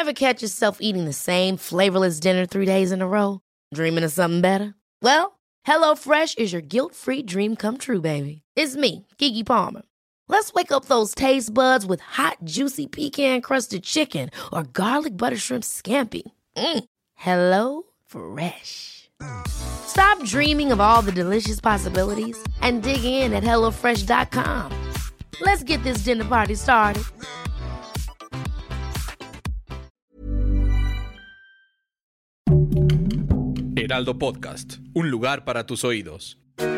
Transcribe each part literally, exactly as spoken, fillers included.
Ever catch yourself eating the same flavorless dinner three days in a row? Dreaming of something better? Well, HelloFresh is your guilt-free dream come true, baby. It's me, Keke Palmer. Let's wake up those taste buds with hot, juicy pecan-crusted chicken or garlic butter shrimp scampi. Mm. Hello Fresh. Stop dreaming of all the delicious possibilities and dig in at hello fresh dot com. Let's get this dinner party started. Heraldo Podcast, un lugar para tus oídos.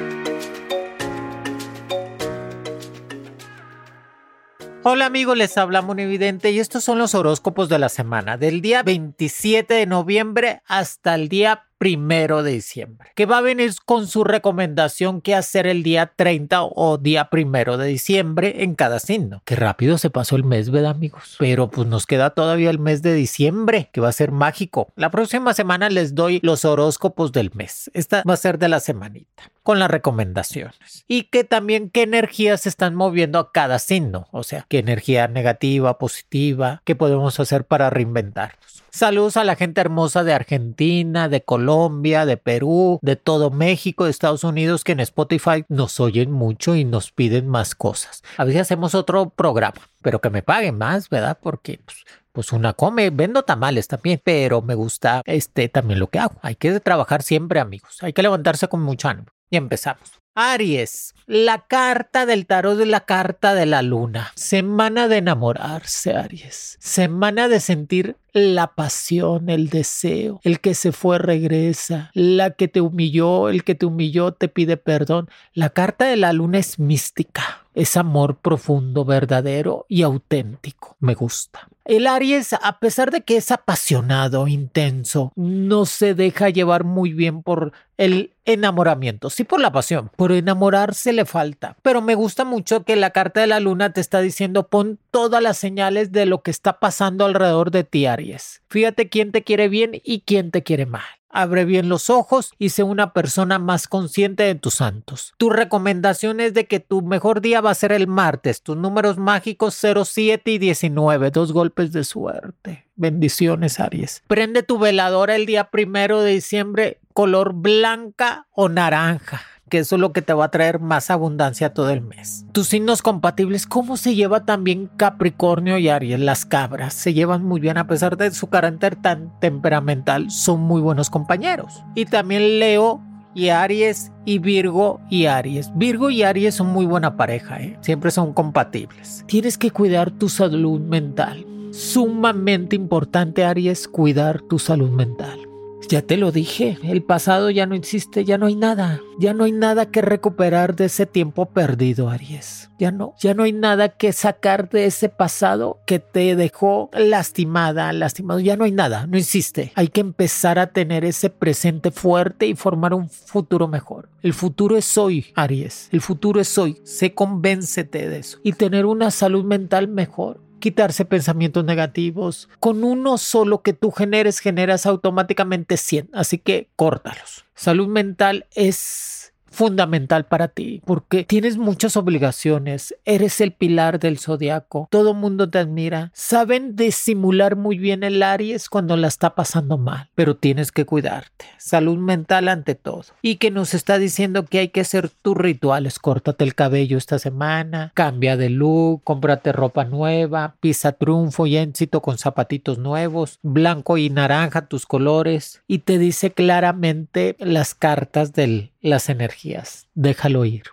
Hola amigos, les habla Monividente y estos son los horóscopos de la semana, del día veintisiete de noviembre hasta el día primero de diciembre, que va a venir con su recomendación qué hacer el día treinta o día primero de diciembre en cada signo. Qué rápido se pasó el mes, ¿verdad, amigos? Pero pues nos queda todavía el mes de diciembre, que va a ser mágico. La próxima semana les doy los horóscopos del mes. Esta va a ser de la semanita, con las recomendaciones. Y que también qué energías se están moviendo a cada signo. O sea, qué energía negativa, positiva, qué podemos hacer para reinventarnos. Saludos a la gente hermosa de Argentina, de Colombia, de Perú, de todo México, de Estados Unidos, que en Spotify nos oyen mucho y nos piden más cosas. A veces hacemos otro programa, pero que me paguen más, ¿verdad? Porque pues, pues una come, vendo tamales también, pero me gusta este también lo que hago. Hay que trabajar siempre, amigos. Hay que levantarse con mucho ánimo. Y empezamos. Aries, la carta del tarot es la carta de la luna. Semana de enamorarse, Aries. Semana de sentir la pasión, el deseo. El que se fue regresa. La que te humilló, el que te humilló te pide perdón. La carta de la luna es mística. Es amor profundo, verdadero y auténtico. Me gusta. El Aries, a pesar de que es apasionado, intenso, no se deja llevar muy bien por el enamoramiento. Sí, por la pasión. Por enamorarse le falta. Pero me gusta mucho que la carta de la luna te está diciendo pon todas las señales de lo que está pasando alrededor de ti, Aries. Fíjate quién te quiere bien y quién te quiere mal. Abre bien los ojos y sé una persona más consciente de tus santos. Tu recomendación es de que tu mejor día va a ser el martes. Tus números mágicos cero, siete y diecinueve. Dos golpes de suerte. Bendiciones, Aries. Prende tu veladora el día primero de diciembre color blanca o naranja, que eso es lo que te va a traer más abundancia todo el mes. Tus signos compatibles, ¿cómo se lleva también Capricornio y Aries? Las cabras se llevan muy bien a pesar de su carácter tan temperamental, son muy buenos compañeros. Y también Leo y Aries y Virgo y Aries. Virgo y Aries son muy buena pareja, ¿eh? Siempre son compatibles. Tienes que cuidar tu salud mental. Sumamente importante, Aries, cuidar tu salud mental. Ya te lo dije, el pasado ya no existe, ya no hay nada, ya no hay nada que recuperar de ese tiempo perdido, Aries. Ya no, ya no hay nada que sacar de ese pasado que te dejó lastimada, lastimado. Ya no hay nada, no existe. Hay que empezar a tener ese presente fuerte y formar un futuro mejor. El futuro es hoy, Aries. El futuro es hoy. Sé, convéncete de eso. Y tener una salud mental mejor. Quitarse pensamientos negativos. Con uno solo que tú generes, generas automáticamente cien. Así que córtalos. Salud mental es fundamental para ti porque tienes muchas obligaciones. Eres el pilar del zodiaco. Todo mundo te admira. Saben disimular muy bien el Aries cuando la está pasando mal. Pero tienes que cuidarte. Salud mental ante todo. Y que nos está diciendo que hay que hacer tus rituales. Córtate el cabello esta semana. Cambia de look. Cómprate ropa nueva. Pisa triunfo y éxito con zapatitos nuevos. Blanco y naranja tus colores. Y te dice claramente las cartas de las energías. Déjalo ir.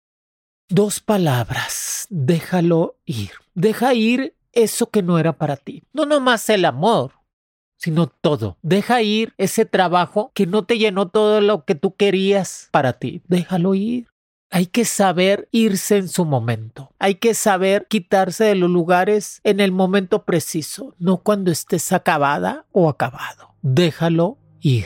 Dos palabras. Déjalo ir. Deja ir eso que no era para ti. No nomás el amor, sino todo. Deja ir ese trabajo que no te llenó todo lo que tú querías para ti. Déjalo ir. Hay que saber irse en su momento. Hay que saber quitarse de los lugares en el momento preciso, no cuando estés acabada o acabado. Déjalo ir.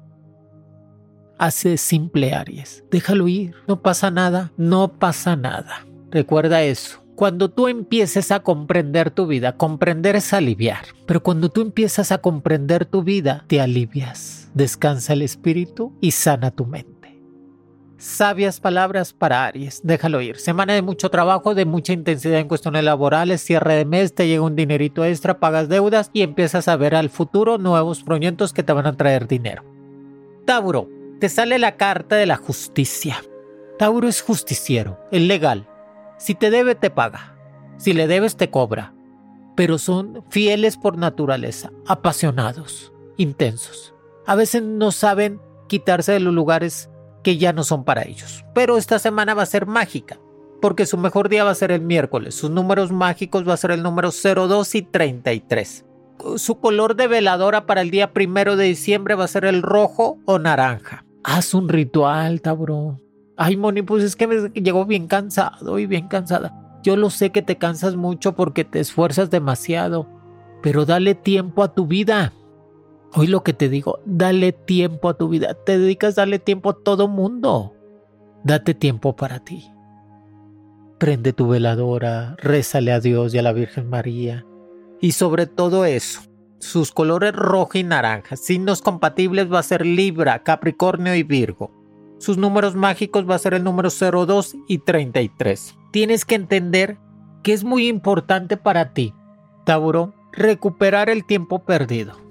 Así de simple, Aries. Déjalo ir. No pasa nada. No pasa nada. Recuerda eso. Cuando tú empieces a comprender tu vida, comprender es aliviar. Pero cuando tú empiezas a comprender tu vida, te alivias. Descansa el espíritu y sana tu mente. Sabias palabras para Aries, déjalo ir. Semana de mucho trabajo, de mucha intensidad en cuestiones laborales, cierre de mes, te llega un dinerito extra, pagas deudas y empiezas a ver al futuro nuevos proyectos que te van a traer dinero. Tauro, te sale la carta de la justicia. Tauro es justiciero, es legal. Si te debe, te paga. Si le debes, te cobra. Pero son fieles por naturaleza, apasionados, intensos. A veces no saben quitarse de los lugares que ya no son para ellos. Pero esta semana va a ser mágica, porque su mejor día va a ser el miércoles. Sus números mágicos va a ser el número cero dos y treinta y tres. Su color de veladora para el día primero de diciembre va a ser el rojo o naranja. Haz un ritual, Tauro. Ay, Moni, pues es que me llegó bien cansado y bien cansada. Yo lo sé que te cansas mucho porque te esfuerzas demasiado, pero dale tiempo a tu vida. Hoy lo que te digo, dale tiempo a tu vida. Te dedicas a darle tiempo a todo mundo. Date tiempo para ti. Prende tu veladora, rézale a Dios y a la Virgen María. Y sobre todo eso, sus colores rojo y naranja. Signos compatibles va a ser Libra, Capricornio y Virgo. Sus números mágicos va a ser el número cero dos y treinta y tres. Tienes que entender que es muy importante para ti, Tauro, recuperar el tiempo perdido.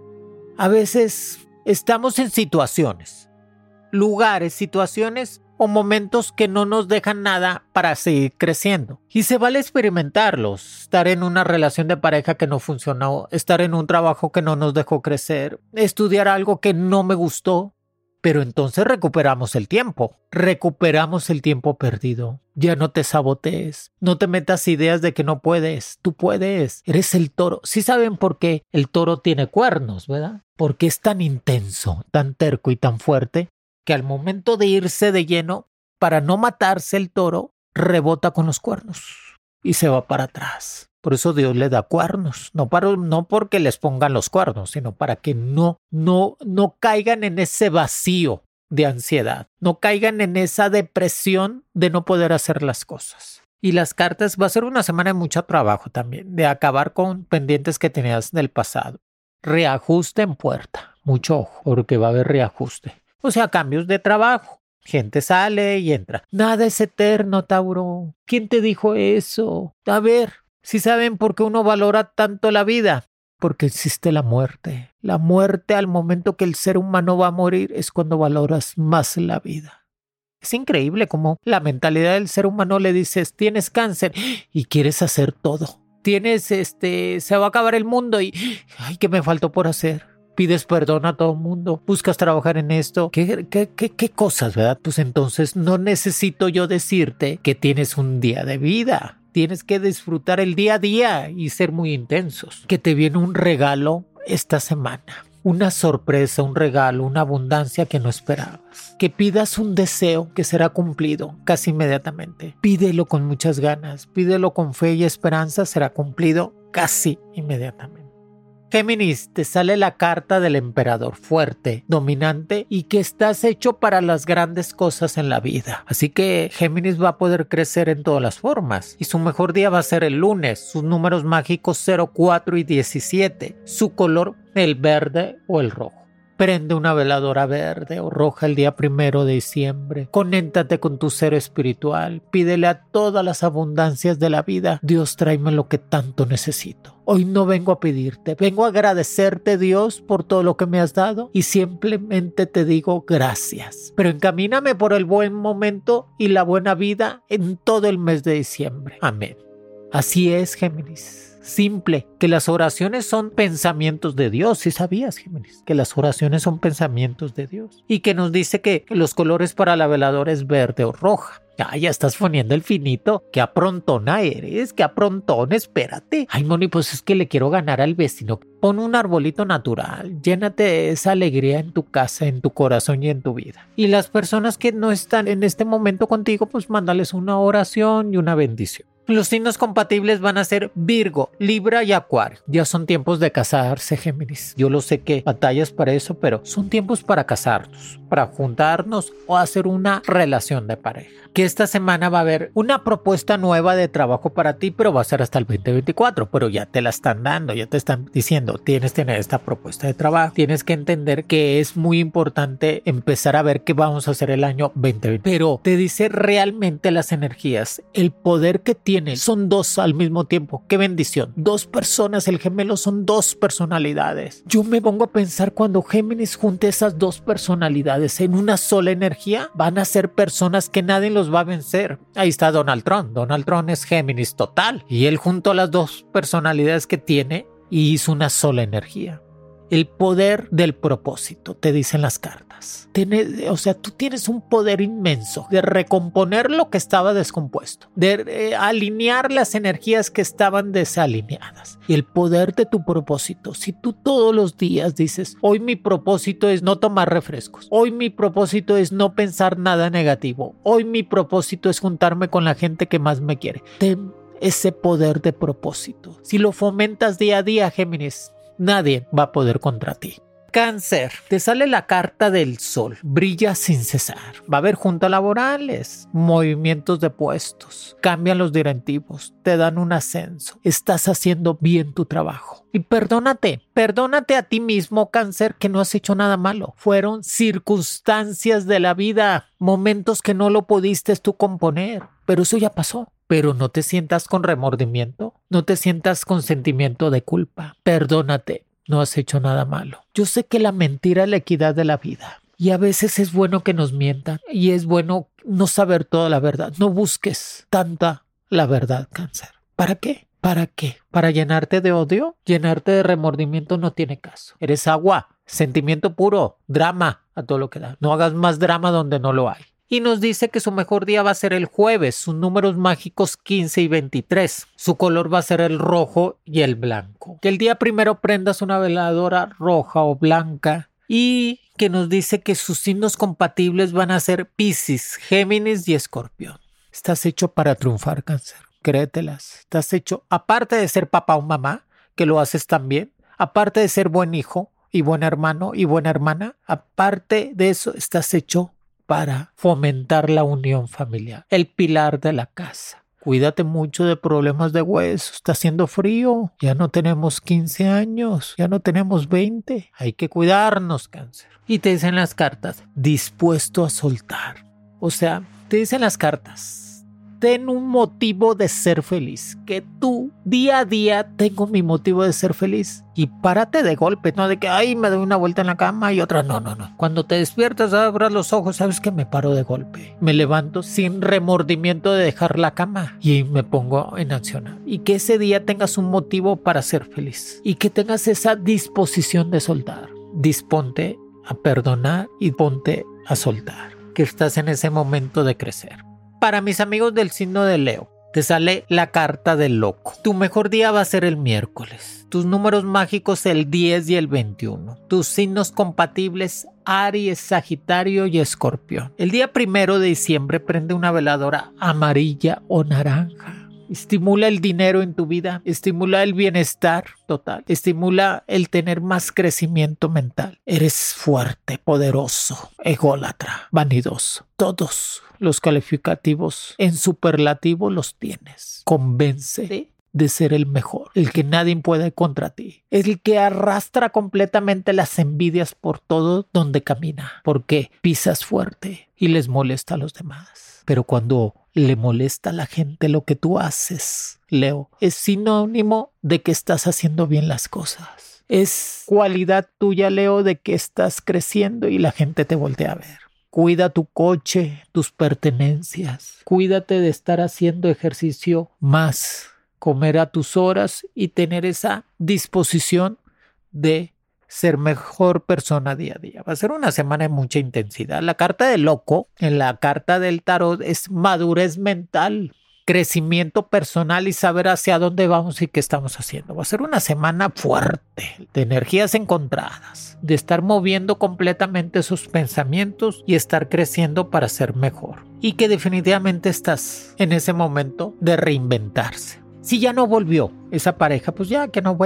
A veces estamos en situaciones, lugares, situaciones o momentos que no nos dejan nada para seguir creciendo. Y se vale experimentarlos, estar en una relación de pareja que no funcionó, estar en un trabajo que no nos dejó crecer, estudiar algo que no me gustó. Pero entonces recuperamos el tiempo, recuperamos el tiempo perdido. Ya no te sabotees, no te metas ideas de que no puedes, tú puedes, eres el toro. Sí saben por qué el toro tiene cuernos, ¿verdad? Porque es tan intenso, tan terco y tan fuerte que al momento de irse de lleno, para no matarse el toro, rebota con los cuernos y se va para atrás. Por eso Dios le da cuernos, no, para, no porque les pongan los cuernos, sino para que no, no, no caigan en ese vacío de ansiedad, no caigan en esa depresión de no poder hacer las cosas. Y las cartas, va a ser una semana de mucho trabajo también, de acabar con pendientes que tenías del pasado. Reajuste en puerta, mucho ojo, porque va a haber reajuste. O sea, cambios de trabajo. Gente sale y entra. Nada es eterno, Tauro. ¿Quién te dijo eso? A ver. Si saben por qué uno valora tanto la vida, porque existe la muerte. La muerte al momento que el ser humano va a morir es cuando valoras más la vida. Es increíble cómo la mentalidad del ser humano le dices, tienes cáncer y quieres hacer todo. Tienes, este, se va a acabar el mundo y, ay, ¿qué me faltó por hacer? Pides perdón a todo el mundo, buscas trabajar en esto. ¿Qué, qué, qué, qué cosas, verdad? Pues entonces no necesito yo decirte que tienes un día de vida. Tienes que disfrutar el día a día y ser muy intensos. Que te viene un regalo esta semana. Una sorpresa, un regalo, una abundancia que no esperabas. Que pidas un deseo que será cumplido casi inmediatamente. Pídelo con muchas ganas. Pídelo con fe y esperanza. Será cumplido casi inmediatamente. Géminis, te sale la carta del emperador fuerte, dominante y que estás hecho para las grandes cosas en la vida. Así que Géminis va a poder crecer en todas las formas y su mejor día va a ser el lunes. Sus números mágicos cero, cuatro y diecisiete. Su color el verde o el rojo. Prende una veladora verde o roja el día primero de diciembre. Conéctate con tu ser espiritual. Pídele a todas las abundancias de la vida. Dios, tráeme lo que tanto necesito. Hoy no vengo a pedirte. Vengo a agradecerte, Dios, por todo lo que me has dado. Y simplemente te digo gracias. Pero encamíname por el buen momento y la buena vida en todo el mes de diciembre. Amén. Así es, Géminis. Simple, que las oraciones son pensamientos de Dios. ¿Sí sabías, Géminis? Que las oraciones son pensamientos de Dios. Y que nos dice que los colores para la veladora es verde o roja. Ah, ya estás poniendo el finito. Qué aprontona eres, qué aprontón, espérate. Ay, Moni, pues es que le quiero ganar al vecino. Pon un arbolito natural, llénate de esa alegría en tu casa, en tu corazón y en tu vida. Y las personas que no están en este momento contigo, pues mándales una oración y una bendición. Los signos compatibles van a ser Virgo, Libra y Acuario. Ya son tiempos de casarse, Géminis. Yo lo sé que batallas para eso, pero son tiempos para casarnos. para juntarnos o hacer una relación de pareja. Que esta semana va a haber una propuesta nueva de trabajo para ti, pero va a ser hasta el veinte veinticuatro, pero ya te la están dando, ya te están diciendo, tienes que tener esta propuesta de trabajo, tienes que entender que es muy importante empezar a ver qué vamos a hacer el año veinte veinte. Pero te dice realmente las energías, el poder que tienen, son dos al mismo tiempo. ¡Qué bendición! Dos personas, el gemelo son dos personalidades. Yo me pongo a pensar cuando Géminis junte esas dos personalidades en una sola energía, van a ser personas que nadie los va a vencer. Ahí está Donald Trump. Donald Trump es Géminis total y él juntó las dos personalidades que tiene y hizo una sola energía. El poder del propósito, te dicen las cartas. Tiene, o sea, tú tienes un poder inmenso de recomponer lo que estaba descompuesto, de eh, alinear las energías que estaban desalineadas. Y el poder de tu propósito, si tú todos los días dices, hoy mi propósito es no tomar refrescos, hoy mi propósito es no pensar nada negativo, hoy mi propósito es juntarme con la gente que más me quiere. Ten ese poder de propósito. Si lo fomentas día a día, Géminis, nadie va a poder contra ti. Cáncer, te sale la carta del sol, brilla sin cesar. Va a haber juntas laborales, movimientos de puestos, cambian los directivos, te dan un ascenso. Estás haciendo bien tu trabajo. Y perdónate, perdónate a ti mismo, Cáncer, que no has hecho nada malo. Fueron circunstancias de la vida, momentos que no lo pudiste tú componer, pero eso ya pasó. Pero no te sientas con remordimiento, no te sientas con sentimiento de culpa. Perdónate. No has hecho nada malo. Yo sé que la mentira es la equidad de la vida. Y a veces es bueno que nos mientan. Y es bueno no saber toda la verdad. No busques tanta la verdad, Cáncer. ¿Para qué? ¿Para qué? ¿Para llenarte de odio? Llenarte de remordimiento no tiene caso. Eres agua, sentimiento puro, drama a todo lo que da. No hagas más drama donde no lo hay. Y nos dice que su mejor día va a ser el jueves, sus números mágicos quince y veintitrés. Su color va a ser el rojo y el blanco. Que el día primero prendas una veladora roja o blanca y que nos dice que sus signos compatibles van a ser Piscis, Géminis y Escorpión. Estás hecho para triunfar, Cáncer. Créetelas. Estás hecho, aparte de ser papá o mamá, que lo haces también, aparte de ser buen hijo y buen hermano y buena hermana, aparte de eso estás hecho para fomentar la unión familiar, el pilar de la casa. Cuídate mucho de problemas de hueso, está haciendo frío, ya no tenemos quince años, ya no tenemos veinte, hay que cuidarnos, Cáncer. Y te dicen las cartas, dispuesto a soltar. O sea, te dicen las cartas, ten un motivo de ser feliz, que tú día a día tengo mi motivo de ser feliz y párate de golpe, no de que ay me doy una vuelta en la cama y otra, no, no, no. Cuando te despiertas, abras los ojos, sabes que me paro de golpe, me levanto sin remordimiento de dejar la cama y me pongo en acción. Y que ese día tengas un motivo para ser feliz y que tengas esa disposición de soltar. Disponte a perdonar y ponte a soltar, que estás en ese momento de crecer. Para mis amigos del signo de Leo, te sale la carta del loco. Tu mejor día va a ser el miércoles. Tus números mágicos el diez y el veintiuno. Tus signos compatibles Aries, Sagitario y Escorpión. El día primero de diciembre prende una veladora amarilla o naranja. Estimula el dinero en tu vida, estimula el bienestar total, estimula el tener más crecimiento mental. Eres fuerte, poderoso, ególatra, vanidoso. Todos los calificativos en superlativo los tienes. Convence de ser el mejor, el que nadie puede contra ti, el que arrastra completamente las envidias por todo donde camina, porque pisas fuerte y les molesta a los demás. Pero cuando le molesta a la gente lo que tú haces, Leo, es sinónimo de que estás haciendo bien las cosas. Es cualidad tuya, Leo, de que estás creciendo y la gente te voltea a ver. Cuida tu coche, tus pertenencias. Cuídate de estar haciendo ejercicio más, comer a tus horas y tener esa disposición de ser mejor persona día a día. Va a ser una semana de mucha intensidad. La carta del loco en la carta del tarot es madurez mental, crecimiento personal y saber hacia dónde vamos y qué estamos haciendo. Va a ser una semana fuerte, de energías encontradas, de estar moviendo completamente sus pensamientos y estar creciendo para ser mejor. Y que definitivamente estás en ese momento de reinventarse. Si ya no volvió esa pareja, pues ya que no vuelva.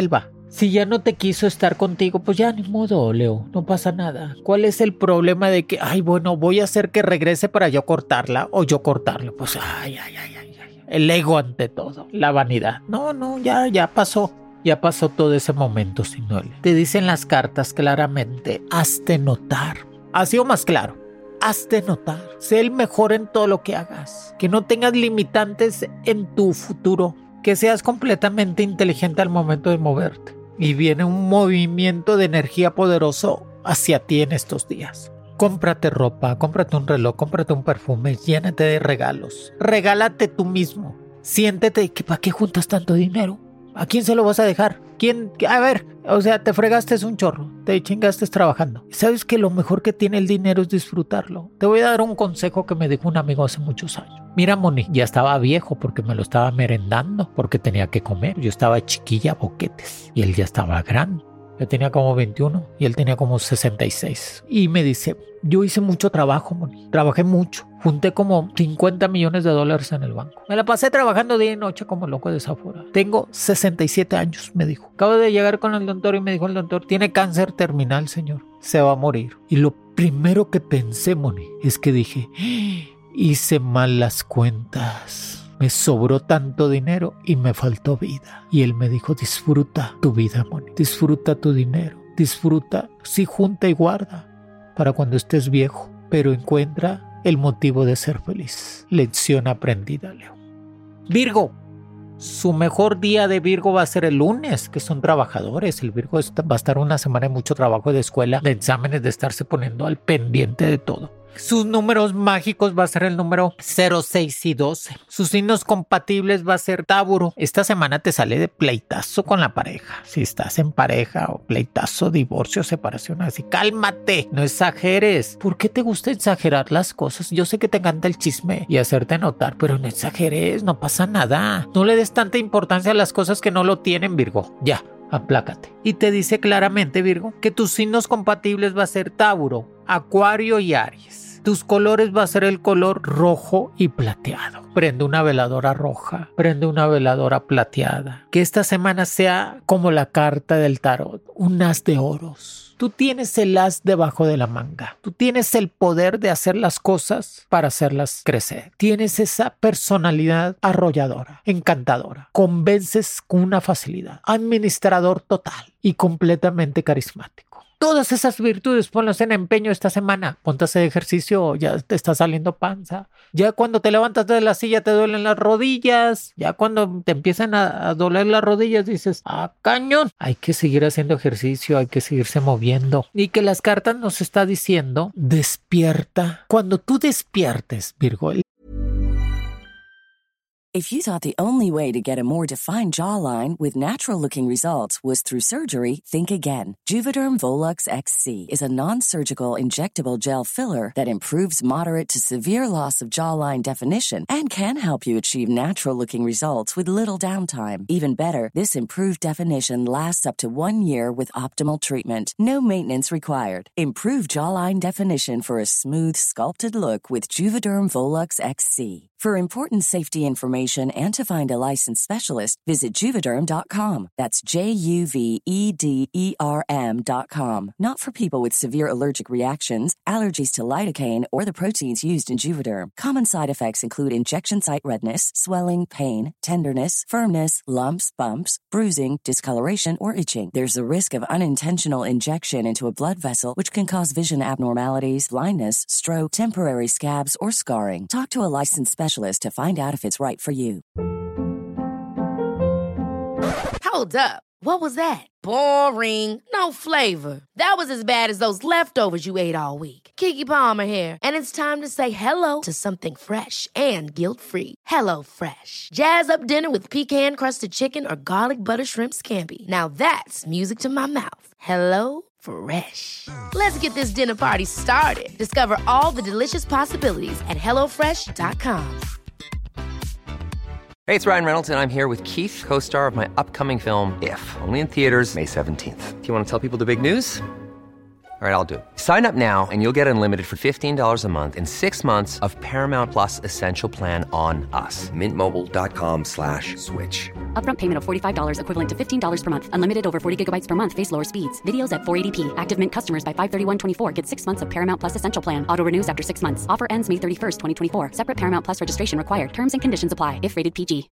Si ya no te quiso estar contigo, pues ya ni modo, Leo, no pasa nada. ¿Cuál es el problema de que, ay, bueno, voy a hacer que regrese para yo cortarla o yo cortarlo? Pues, ay, ay, ay, ay, ay. El ego ante todo, la vanidad. No, no, ya, ya pasó. Ya pasó todo ese momento, Sinole. Te dicen las cartas claramente, hazte notar. Ha sido más claro. Hazte notar. Sé el mejor en todo lo que hagas. Que no tengas limitantes en tu futuro. Que seas completamente inteligente al momento de moverte. Y viene un movimiento de energía poderoso hacia ti en estos días. Cómprate ropa, cómprate un reloj, cómprate un perfume, llénate de regalos. Regálate tú mismo. Siéntete que ¿para qué juntas tanto dinero? ¿A quién se lo vas a dejar? ¿Quién? A ver, o sea, te fregaste un chorro, te chingaste trabajando. ¿Sabes que lo mejor que tiene el dinero es disfrutarlo? Te voy a dar un consejo que me dijo un amigo hace muchos años. Mira, Moni, ya estaba viejo porque me lo estaba merendando, porque tenía que comer. Yo estaba chiquilla, boquetes, y él ya estaba grande. Yo tenía como veintiuno y él tenía como sesenta y seis. Y me dice, yo hice mucho trabajo, Moni. Trabajé mucho. Junté como cincuenta millones de dólares en el banco. Me la pasé trabajando día y noche como loco desaforado. Tengo sesenta y siete años, me dijo. Acabo de llegar con el doctor y me dijo el doctor, tiene cáncer terminal, señor. Se va a morir. Y lo primero que pensé, Moni, es que dije, hice mal las cuentas. Me sobró tanto dinero y me faltó vida. Y él me dijo, disfruta tu vida, Moni. Disfruta tu dinero. Disfruta, sí, junta y guarda para cuando estés viejo. Pero encuentra el motivo de ser feliz. Lección aprendida, Leo. Virgo. Su mejor día de Virgo va a ser el lunes, que son trabajadores. El Virgo está, va a estar una semana de mucho trabajo de escuela, de exámenes, de estarse poniendo al pendiente de todo. Sus números mágicos va a ser el número cero, seis y doce. Sus signos compatibles va a ser Tauro. Esta semana te sale de pleitazo con la pareja. Si estás en pareja o pleitazo, divorcio, separación, así, cálmate, no exageres. ¿Por qué te gusta exagerar las cosas? Yo sé que te encanta el chisme y hacerte notar, pero no exageres, no pasa nada. No le des tanta importancia a las cosas que no lo tienen, Virgo. Ya. Aplácate. Y te dice claramente, Virgo, que tus signos compatibles va a ser Tauro, Acuario y Aries. Tus colores va a ser el color rojo y plateado. Prende una veladora roja, prende una veladora plateada. Que esta semana sea como la carta del tarot, un as de oros. Tú tienes el as debajo de la manga. Tú tienes el poder de hacer las cosas para hacerlas crecer. Tienes esa personalidad arrolladora, encantadora. Convences con una facilidad. Administrador total y completamente carismático. Todas esas virtudes ponlas en empeño esta semana. Ponte a hacer ejercicio, ya te está saliendo panza. Ya cuando te levantas de la silla te duelen las rodillas. Ya cuando te empiezan a, a doler las rodillas dices, ¡ah, cañón! Hay que seguir haciendo ejercicio, hay que seguirse moviendo. Y que las cartas nos está diciendo, despierta. Cuando tú despiertes, Virgo. If you thought the only way to get a more defined jawline with natural-looking results was through surgery, think again. Juvederm Volux X C is a non-surgical injectable gel filler that improves moderate to severe loss of jawline definition and can help you achieve natural-looking results with little downtime. Even better, this improved definition lasts up to one year with optimal treatment. No maintenance required. Improve jawline definition for a smooth, sculpted look with Juvederm Volux X C. For important safety information and to find a licensed specialist, visit Juvederm dot com. That's J U V E D E R M dot com. Not for people with severe allergic reactions, allergies to lidocaine, or the proteins used in Juvederm. Common side effects include injection site redness, swelling, pain, tenderness, firmness, lumps, bumps, bruising, discoloration, or itching. There's a risk of unintentional injection into a blood vessel, which can cause vision abnormalities, blindness, stroke, temporary scabs, or scarring. Talk to a licensed specialist to find out if it's right for you. Hold up. What was that? Boring. No flavor. That was as bad as those leftovers you ate all week. Keke Palmer here, and it's time to say hello to something fresh and guilt-free. Hello Fresh. Jazz up dinner with pecan-crusted chicken or garlic butter shrimp scampi. Now that's music to my mouth. Hello Fresh. Let's get this dinner party started. Discover all the delicious possibilities at hello fresh dot com. Hey, it's Ryan Reynolds, and I'm here with Keith, co-star of my upcoming film, If, only in theaters May seventeenth. Do you want to tell people the big news? All right, I'll do it. Sign up now and you'll get unlimited for fifteen dollars a month and six months of Paramount Plus Essential Plan on us. Mint Mobile dot com slash switch. Upfront payment of forty-five dollars equivalent to fifteen dollars per month. Unlimited over forty gigabytes per month. Face lower speeds. Videos at four eighty p. Active Mint customers by five thirty-one twenty-four get six months of Paramount Plus Essential Plan. Auto renews after six months. Offer ends May thirty-first, twenty twenty-four. Separate Paramount Plus registration required. Terms and conditions apply if rated P G.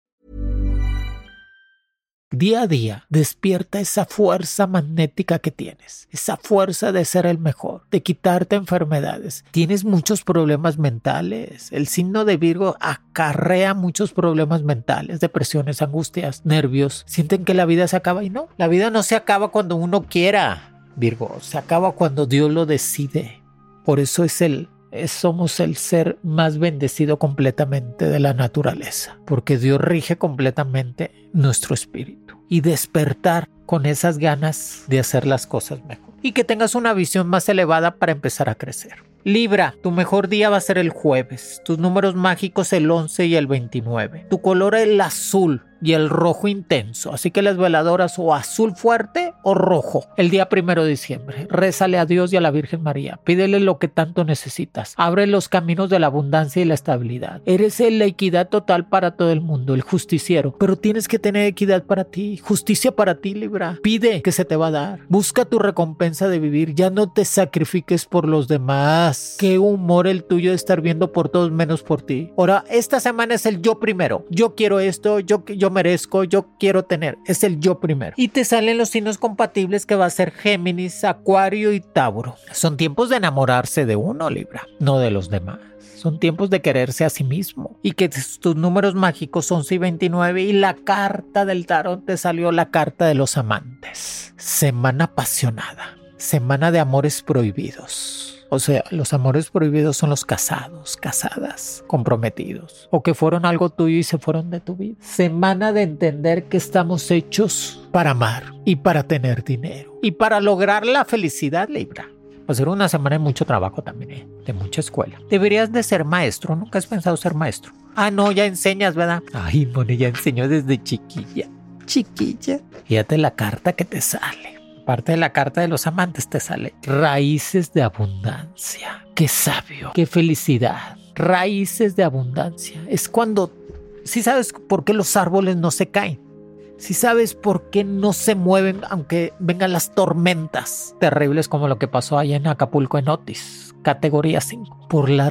Día a día, despierta esa fuerza magnética que tienes, esa fuerza de ser el mejor, de quitarte enfermedades. Tienes muchos problemas mentales. El signo de Virgo acarrea muchos problemas mentales, depresiones, angustias, nervios. Sienten que la vida se acaba y no. La vida no se acaba cuando uno quiera, Virgo. Se acaba cuando Dios lo decide. Por eso es el... somos el ser más bendecido completamente de la naturaleza, porque Dios rige completamente nuestro espíritu y despertar con esas ganas de hacer las cosas mejor y que tengas una visión más elevada para empezar a crecer. Libra, tu mejor día va a ser el jueves, tus números mágicos el once y el veintinueve, tu color el azul y el rojo intenso, así que las veladoras o azul fuerte o rojo. El día primero de diciembre, rézale a Dios y a la Virgen María, pídele lo que tanto necesitas, abre los caminos de la abundancia y la estabilidad. Eres la equidad total para todo el mundo, el justiciero, pero tienes que tener equidad para ti, justicia para ti, Libra. Pide que se te va a dar, busca tu recompensa de vivir, ya no te sacrifiques por los demás. Qué humor el tuyo de estar viendo por todos menos por ti. Ahora, esta semana es el yo primero, yo quiero esto, yo, yo merezco, yo quiero tener, es el yo primero. Y te salen los signos compatibles que va a ser Géminis, Acuario y Tauro. Son tiempos de enamorarse de uno, Libra, no de los demás. Son tiempos de quererse a sí mismo. Y que tus números mágicos once y veintinueve y la carta del tarot te salió la carta de los amantes. Semana apasionada, semana de amores prohibidos. O sea, los amores prohibidos son los casados, casadas, comprometidos, o que fueron algo tuyo y se fueron de tu vida. Semana de entender que estamos hechos para amar y para tener dinero y para lograr la felicidad, Libra. Va a ser una semana de mucho trabajo también, ¿eh? De mucha escuela. Deberías de ser maestro. ¿Nunca has pensado ser maestro? Ah, no, ya enseñas, ¿verdad? Ay, Moni, ya enseñó desde chiquilla. Chiquilla. Fíjate la carta que te sale. Parte de la carta de los amantes te sale raíces de abundancia. Qué sabio, qué felicidad. Raíces de abundancia. Es cuando, si sabes por qué los árboles no se caen, si sabes por qué no se mueven aunque vengan las tormentas terribles como lo que pasó allá en Acapulco en Otis, categoría cinco. Por las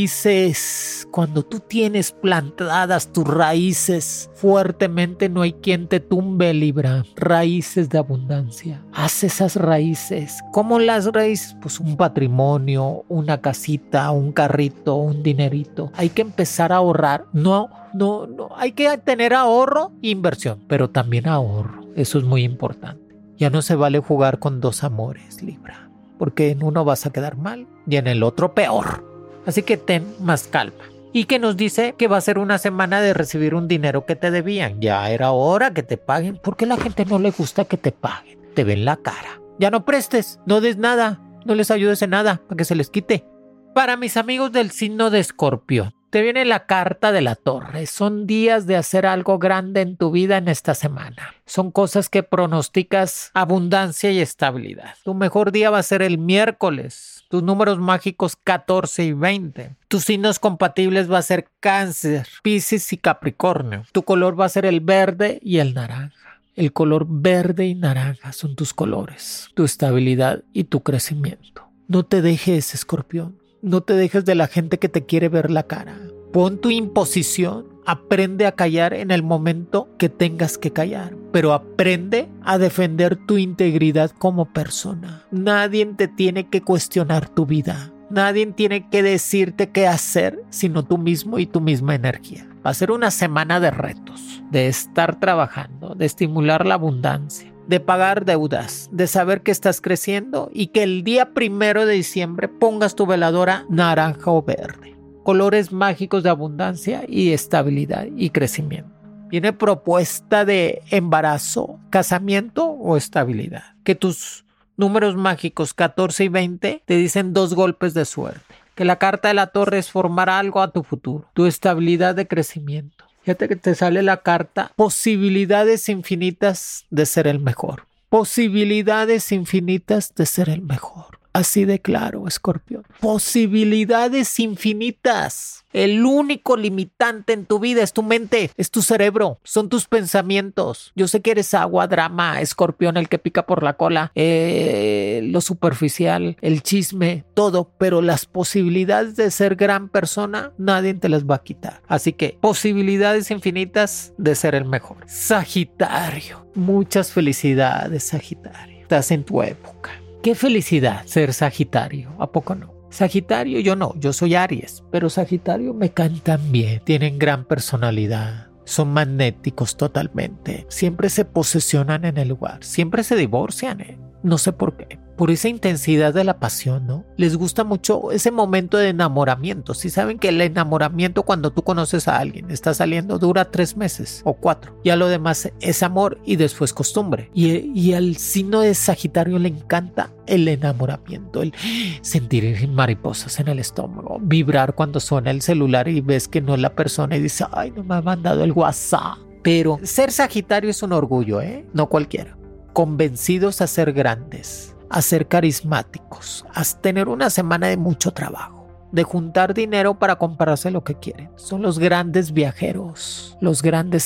raíces, cuando tú tienes plantadas tus raíces fuertemente, no hay quien te tumbe, Libra. Raíces de abundancia. Haz esas raíces. ¿Cómo las raíces? Pues un patrimonio, una casita, un carrito, un dinerito. Hay que empezar a ahorrar. No, no, no. Hay que tener ahorro e inversión, pero también ahorro. Eso es muy importante. Ya no se vale jugar con dos amores, Libra, porque en uno vas a quedar mal y en el otro peor. Así que ten más calma. Y que nos dice que va a ser una semana de recibir un dinero que te debían. Ya era hora que te paguen. ¿Por qué a la gente no le gusta que te paguen? Te ven la cara. Ya no prestes, no des nada, no les ayudes en nada para que se les quite. Para mis amigos del signo de Escorpión, te viene la carta de la torre. Son días de hacer algo grande en tu vida en esta semana. Son cosas que pronosticas abundancia y estabilidad. Tu mejor día va a ser el miércoles. Tus números mágicos catorce y veinte. Tus signos compatibles va a ser Cáncer, Piscis y Capricornio. Tu color va a ser el verde y el naranja. El color verde y naranja son tus colores, tu estabilidad y tu crecimiento. No te dejes, Escorpión. No te dejes de la gente que te quiere ver la cara. Pon tu imposición. Aprende a callar en el momento que tengas que callar. Pero aprende a defender tu integridad como persona. Nadie te tiene que cuestionar tu vida. Nadie tiene que decirte qué hacer, sino tú mismo y tu misma energía. Va a ser una semana de retos, de estar trabajando, de estimular la abundancia, de pagar deudas, de saber que estás creciendo y que el día primero de diciembre pongas tu veladora naranja o verde. Colores mágicos de abundancia y estabilidad y crecimiento. Viene propuesta de embarazo, casamiento o estabilidad. Que tus números mágicos catorce y veinte te dicen dos golpes de suerte. Que la carta de la torre es formar algo a tu futuro. Tu estabilidad de crecimiento. Fíjate que te sale la carta posibilidades infinitas de ser el mejor. Posibilidades infinitas de ser el mejor. Así de claro, Escorpión. Posibilidades infinitas. El único limitante en tu vida es tu mente, es tu cerebro, son tus pensamientos. Yo sé que eres agua, drama, Escorpión, el que pica por la cola, eh, lo superficial, el chisme, todo, pero las posibilidades de ser gran persona, nadie te las va a quitar. Así que posibilidades infinitas de ser el mejor. Sagitario, muchas felicidades, Sagitario. Estás en tu época. Qué felicidad ser Sagitario, ¿a poco no? Sagitario yo no, yo soy Aries, pero Sagitario me cantan bien, tienen gran personalidad, son magnéticos totalmente, siempre se posesionan en el lugar, siempre se divorcian, ¿eh? No sé por qué. Por esa intensidad de la pasión, ¿no? Les gusta mucho ese momento de enamoramiento. Si saben que el enamoramiento cuando tú conoces a alguien, está saliendo, dura tres meses o cuatro. Ya lo demás es amor y después costumbre. Y, y al signo de Sagitario le encanta el enamoramiento, el sentir mariposas en el estómago, vibrar cuando suena el celular y ves que no es la persona y dices, ay, no me ha mandado el WhatsApp. Pero ser Sagitario es un orgullo, ¿eh? No cualquiera. Convencidos a ser grandes, a ser carismáticos, a tener una semana de mucho trabajo, de juntar dinero para comprarse lo que quieren. Son los grandes viajeros, los grandes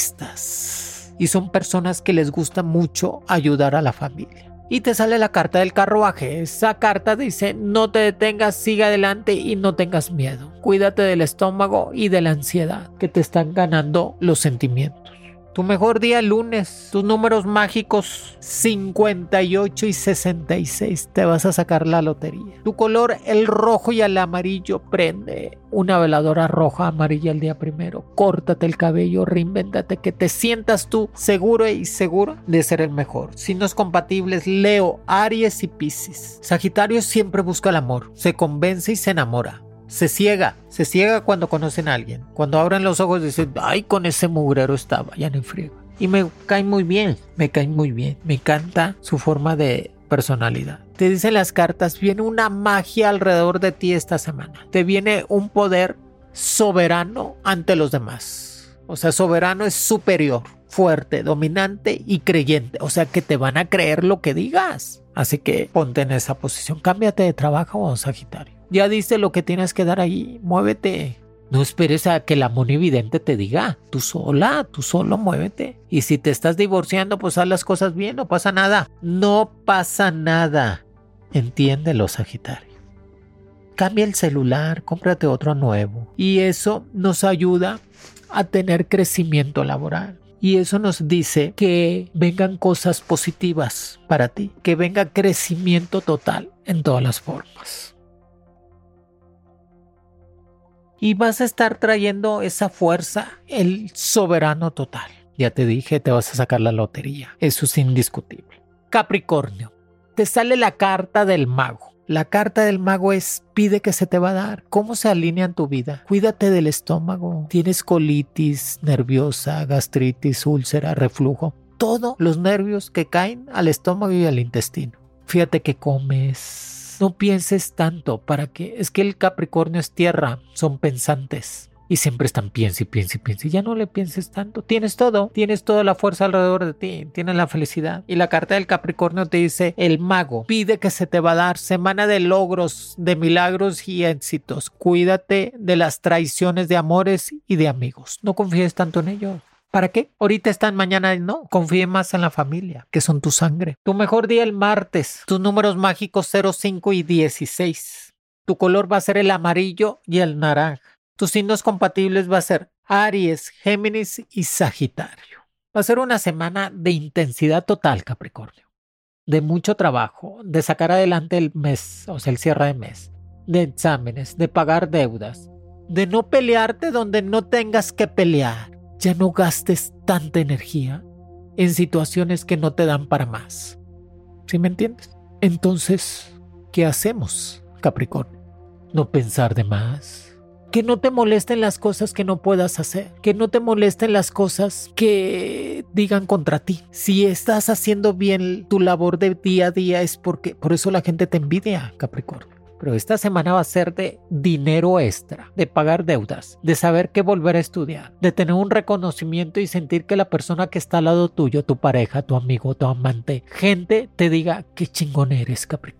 artistas y son personas que les gusta mucho ayudar a la familia. Y te sale la carta del carruaje. Esa carta dice, no te detengas, sigue adelante y no tengas miedo. Cuídate del estómago y de la ansiedad que te están ganando los sentimientos. Tu mejor día el lunes, tus números mágicos cincuenta y ocho y sesenta y seis, te vas a sacar la lotería. Tu color el rojo y el amarillo, prende una veladora roja, amarilla el día primero. Córtate el cabello, reinvéntate, que te sientas tú seguro y seguro de ser el mejor. Signos compatibles, Leo, Aries y Piscis. Sagitario siempre busca el amor, se convence y se enamora. Se ciega, se ciega cuando conocen a alguien. Cuando abren los ojos dicen, ay, con ese mugrero estaba, ya no friega. Y me cae muy bien, me cae muy bien. Me encanta su forma de personalidad. Te dicen las cartas, viene una magia alrededor de ti esta semana. Te viene un poder soberano ante los demás. O sea, soberano es superior, fuerte, dominante y creyente. O sea, que te van a creer lo que digas. Así que ponte en esa posición. Cámbiate de trabajo, Sagitario. Ya diste lo que tienes que dar ahí, muévete. No esperes a que la monividente te diga, tú sola, tú solo muévete. Y si te estás divorciando, pues haz las cosas bien, no pasa nada. No pasa nada. Entiéndelo, Sagitario. Cambia el celular, cómprate otro nuevo. Y eso nos ayuda a tener crecimiento laboral. Y eso nos dice que vengan cosas positivas para ti, que venga crecimiento total en todas las formas. Y vas a estar trayendo esa fuerza, el soberano total. Ya te dije, te vas a sacar la lotería. Eso es indiscutible. Capricornio, te sale la carta del mago. La carta del mago es, pide que se te va a dar. ¿Cómo se alinea en tu vida? Cuídate del estómago. Tienes colitis nerviosa, gastritis, úlcera, reflujo. Todos los nervios que caen al estómago y al intestino. Fíjate que comes. No pienses tanto, ¿para qué? Es que el Capricornio es tierra, son pensantes. Y siempre están piensa y piensa y piensa. Y ya no le pienses tanto. Tienes todo. Tienes toda la fuerza alrededor de ti. Tienes la felicidad. Y la carta del Capricornio te dice, el mago pide que se te va a dar. Semana de logros, de milagros y éxitos. Cuídate de las traiciones de amores y de amigos. No confíes tanto en ellos. ¿Para qué? Ahorita están, mañana no. Confíe más en la familia, que son tu sangre. Tu mejor día el martes. Tus números mágicos cero, cinco y dieciséis. Tu color va a ser el amarillo y el naranja. Tus signos compatibles va a ser Aries, Géminis y Sagitario. Va a ser una semana de intensidad total, Capricornio. De mucho trabajo, de sacar adelante el mes, o sea, el cierre de mes. De exámenes, de pagar deudas. De no pelearte donde no tengas que pelear. Ya no gastes tanta energía en situaciones que no te dan para más. ¿Sí me entiendes? Entonces, ¿qué hacemos, Capricornio? No pensar de más. Que no te molesten las cosas que no puedas hacer. Que no te molesten las cosas que digan contra ti. Si estás haciendo bien tu labor de día a día es porque por eso la gente te envidia, Capricornio. Pero esta semana va a ser de dinero extra, de pagar deudas, de saber que volver a estudiar, de tener un reconocimiento y sentir que la persona que está al lado tuyo, tu pareja, tu amigo, tu amante, gente te diga qué chingón eres, Capricornio.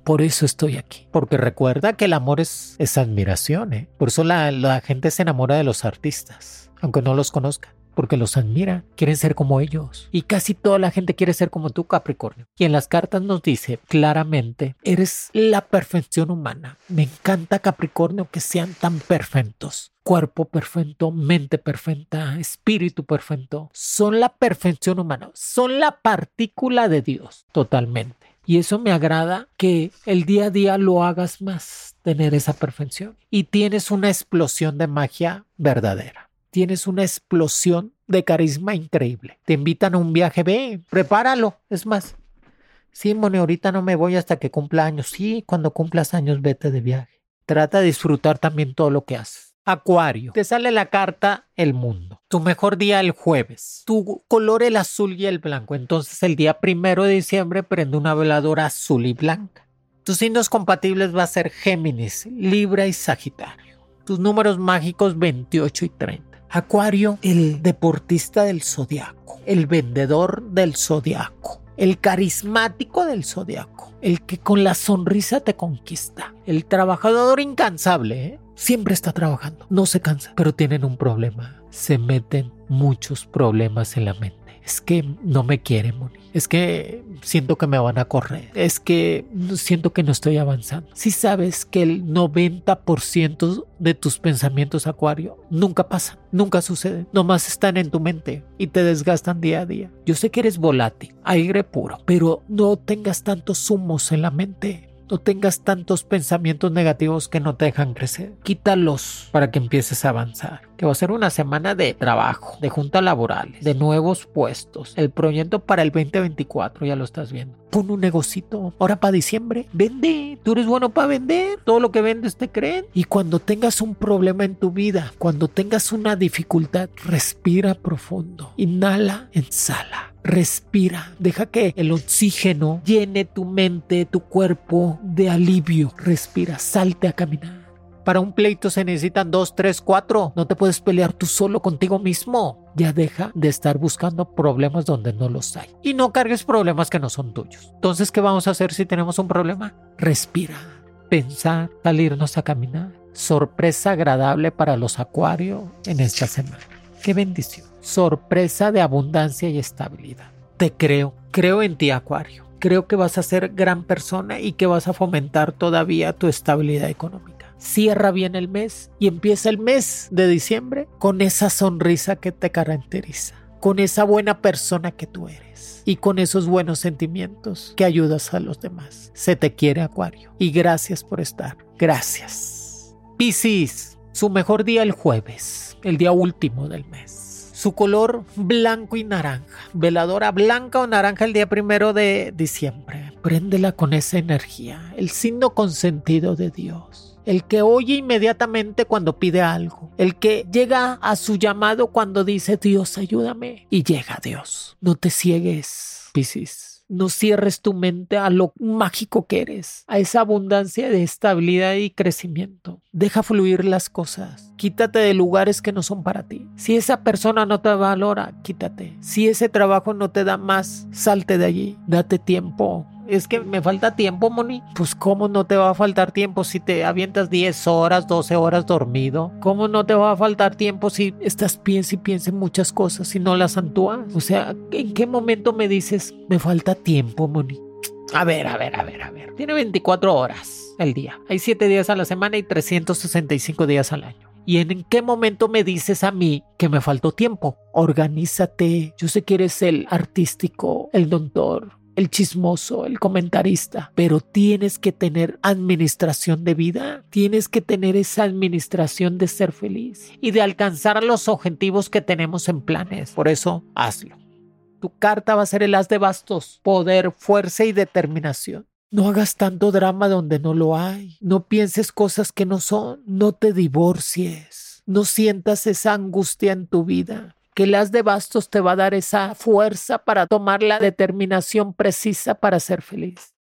por eso estoy aquí. Porque recuerda que el amor es, es admiración, ¿eh? Por eso la, la gente se enamora de los artistas, aunque no los conozca. Porque los admira, quieren ser como ellos. Y casi toda la gente quiere ser como tú, Capricornio. Y en las cartas nos dice claramente, eres la perfección humana. Me encanta, Capricornio, que sean tan perfectos. Cuerpo perfecto, mente perfecta, espíritu perfecto. Son la perfección humana. Son la partícula de Dios, totalmente. Y eso me agrada, que el día a día lo hagas más, tener esa perfección. Y tienes una explosión de magia verdadera. Tienes una explosión de carisma increíble. Te invitan a un viaje, ve, prepáralo. Es más, sí, Moni, ahorita no me voy hasta que cumpla años. Sí, cuando cumplas años, vete de viaje. Trata de disfrutar también todo lo que haces. Acuario, te sale la carta el mundo. Tu mejor día el jueves. Tu color el azul y el blanco. Entonces el día primero de diciembre prende una veladora azul y blanca. Tus signos compatibles va a ser Géminis, Libra y Sagitario. Tus números mágicos veintiocho y treinta. Acuario, el deportista del zodiaco, el vendedor del zodiaco, el carismático del zodiaco, el que con la sonrisa te conquista, el trabajador incansable, ¿eh? Siempre está trabajando, no se cansa, pero tienen un problema, se meten muchos problemas en la mente. Es que no me quieren, Moni. Es que siento que me van a correr. Es que siento que no estoy avanzando. Si sabes que el noventa por ciento de tus pensamientos, Acuario, nunca pasan, nunca suceden. Nomás están en tu mente y te desgastan día a día. Yo sé que eres volátil, aire puro, pero no tengas tantos humos en la mente. No tengas tantos pensamientos negativos que no te dejan crecer. Quítalos para que empieces a avanzar. Que va a ser una semana de trabajo, de juntas laborales, de nuevos puestos. El proyecto para el veinte veinticuatro, ya lo estás viendo. Pon un negocito. Ahora para diciembre, vende. Tú eres bueno para vender. Todo lo que vendes te creen. Y cuando tengas un problema en tu vida, cuando tengas una dificultad, respira profundo. Inhala, exhala. Respira, deja que el oxígeno llene tu mente, tu cuerpo de alivio. Respira, salte a caminar. Para un pleito se necesitan dos, tres, cuatro. No te puedes pelear tú solo contigo mismo. Ya deja de estar buscando problemas donde no los hay. Y no cargues problemas que no son tuyos. Entonces, ¿qué vamos a hacer si tenemos un problema? Respira, pensar, salirnos a caminar. Sorpresa agradable para los Acuarios en esta semana. ¡Qué bendición! Sorpresa de abundancia y estabilidad. Te creo, creo en ti, Acuario. Creo que vas a ser gran persona y que vas a fomentar todavía tu estabilidad económica. Cierra bien el mes y empieza el mes de diciembre con esa sonrisa que te caracteriza, con esa buena persona que tú eres y con esos buenos sentimientos que ayudas a los demás. Se te quiere, Acuario, y gracias por estar. Gracias. Piscis, su mejor día el jueves, el día último del mes. Su color blanco y naranja. Veladora blanca o naranja el día primero de diciembre. Préndela con esa energía. El signo consentido de Dios. El que oye inmediatamente cuando pide algo. El que llega a su llamado cuando dice Dios, ayúdame. Y llega Dios. No te ciegues, Piscis. No cierres tu mente a lo mágico que eres, a esa abundancia de estabilidad y crecimiento. Deja fluir las cosas. Quítate de lugares que no son para ti. Si esa persona no te valora, quítate. Si ese trabajo no te da más, salte de allí. Date tiempo. Es que me falta tiempo, Moni. Pues ¿cómo no te va a faltar tiempo si te avientas diez horas, doce horas dormido? ¿Cómo no te va a faltar tiempo si estás piensa y piensa en muchas cosas y no las actúas? O sea, ¿en qué momento me dices, me falta tiempo, Moni? A ver, a ver, a ver, a ver. Tiene veinticuatro horas el día. Hay siete días a la semana y trescientos sesenta y cinco días al año. ¿Y en qué momento me dices a mí que me faltó tiempo? Organízate. Yo sé que eres el artístico, el doctor, el chismoso, el comentarista, pero tienes que tener administración de vida, tienes que tener esa administración de ser feliz y de alcanzar los objetivos que tenemos en planes. Por eso, hazlo. Tu carta va a ser el as de bastos, poder, fuerza y determinación. No hagas tanto drama donde no lo hay, no pienses cosas que no son, no te divorcies, no sientas esa angustia en tu vida. Que el as de bastos te va a dar esa fuerza para tomar la determinación precisa para ser feliz.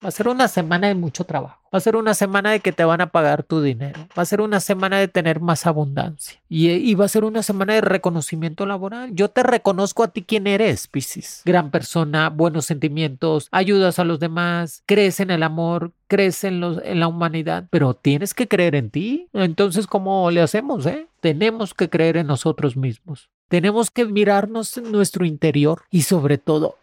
Va a ser una semana de mucho trabajo. Va a ser una semana de que te van a pagar tu dinero. Va a ser una semana de tener más abundancia. Y, y va a ser una semana de reconocimiento laboral. Yo te reconozco a ti quién eres, Piscis. Gran persona, buenos sentimientos, ayudas a los demás, crees en el amor, crees en, los, en la humanidad, pero tienes que creer en ti. Entonces, ¿cómo le hacemos, eh? Tenemos que creer en nosotros mismos. Tenemos que mirarnos en nuestro interior y sobre todo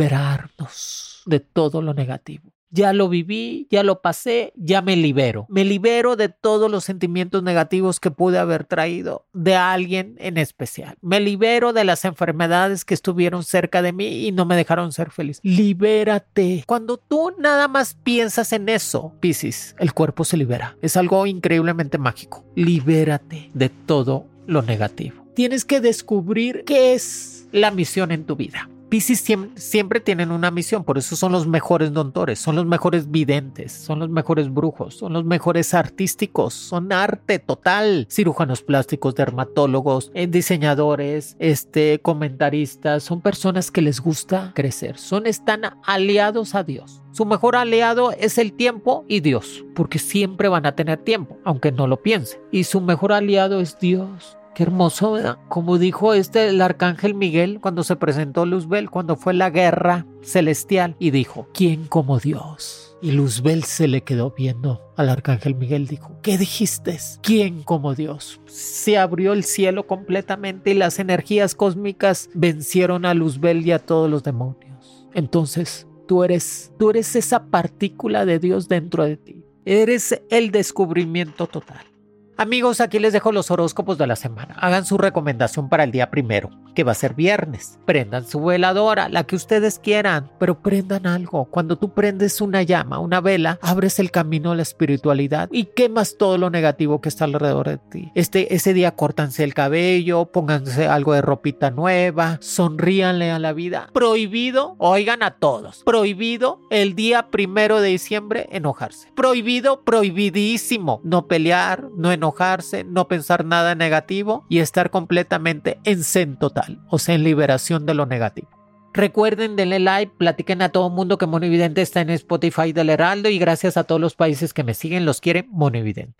liberarnos de todo lo negativo. Ya lo viví, ya lo pasé, ya me libero. Me libero de todos los sentimientos negativos que pude haber traído de alguien en especial. Me libero de las enfermedades que estuvieron cerca de mí y no me dejaron ser feliz. Libérate. Cuando tú nada más piensas en eso, Piscis, el cuerpo se libera. Es algo increíblemente mágico. Libérate de todo lo negativo. Tienes que descubrir qué es la misión en tu vida. Piscis siempre, siempre tienen una misión, por eso son los mejores dontores, son los mejores videntes, son los mejores brujos, son los mejores artísticos, son arte total, cirujanos plásticos, dermatólogos, eh, diseñadores, este, comentaristas, son personas que les gusta crecer, son, están aliados a Dios. Su mejor aliado es el tiempo y Dios, porque siempre van a tener tiempo, aunque no lo piensen, y su mejor aliado es Dios. Qué hermoso, ¿verdad? Como dijo este el arcángel Miguel cuando se presentó Luzbel, cuando fue la guerra celestial, y dijo, ¿quién como Dios? Y Luzbel se le quedó viendo al arcángel Miguel, dijo, ¿qué dijiste? ¿Quién como Dios? Se abrió el cielo completamente y las energías cósmicas vencieron a Luzbel y a todos los demonios. Entonces, tú eres, tú eres esa partícula de Dios dentro de ti. Eres el descubrimiento total. Amigos, aquí les dejo los horóscopos de la semana. Hagan su recomendación para el día primero, que va a ser viernes. Prendan su veladora, la que ustedes quieran, pero prendan algo. Cuando tú prendes una llama, una vela, abres el camino a la espiritualidad y quemas todo lo negativo que está alrededor de ti. Este, ese día córtanse el cabello, pónganse algo de ropita nueva, sonríanle a la vida. Prohibido, oigan a todos, prohibido el día primero de diciembre enojarse. Prohibido, prohibidísimo, no pelear, no enojarse. enojarse, no pensar nada negativo y estar completamente en zen total, o sea, en liberación de lo negativo. Recuerden, denle like, platiquen a todo mundo que Monividente está en Spotify del Heraldo y gracias a todos los países que me siguen, los quiere Monividente.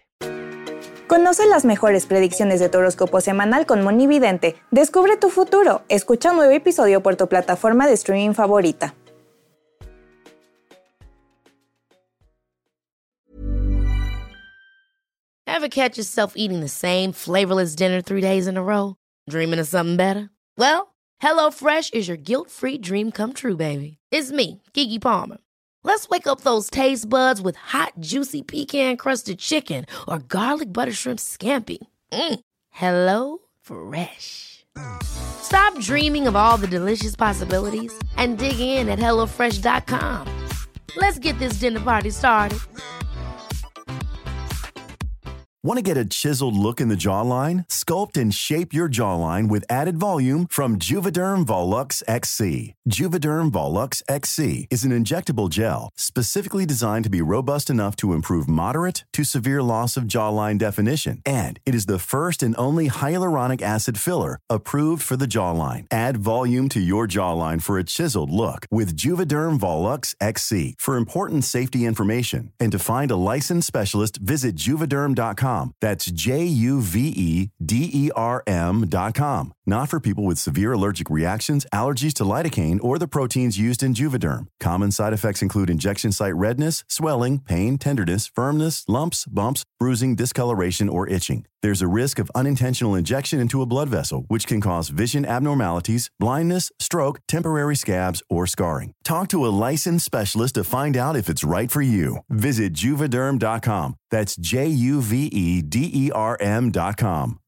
Conoce las mejores predicciones de tu horóscopo semanal con Monividente. Descubre tu futuro. Escucha un nuevo episodio por tu plataforma de streaming favorita. Ever catch yourself eating the same flavorless dinner three days in a row? Dreaming of something better? Well, HelloFresh is your guilt-free dream come true, baby. It's me, Keke Palmer. Let's wake up those taste buds with hot, juicy pecan-crusted chicken or garlic butter shrimp scampi. Mm. Hello Fresh. Stop dreaming of all the delicious possibilities and dig in at hello fresh dot com. Let's get this dinner party started. Want to get a chiseled look in the jawline? Sculpt and shape your jawline with added volume from Juvederm Volux X C. Juvederm Volux X C is an injectable gel specifically designed to be robust enough to improve moderate to severe loss of jawline definition. And it is the first and only hyaluronic acid filler approved for the jawline. Add volume to your jawline for a chiseled look with Juvederm Volux X C. For important safety information and to find a licensed specialist, visit juvederm dot com. That's J U V E D E R M dot com. Not for people with severe allergic reactions, allergies to lidocaine, or the proteins used in Juvederm. Common side effects include injection site redness, swelling, pain, tenderness, firmness, lumps, bumps, bruising, discoloration, or itching. There's a risk of unintentional injection into a blood vessel, which can cause vision abnormalities, blindness, stroke, temporary scabs, or scarring. Talk to a licensed specialist to find out if it's right for you. Visit Juvederm dot com. That's J U V E D E R M dot com.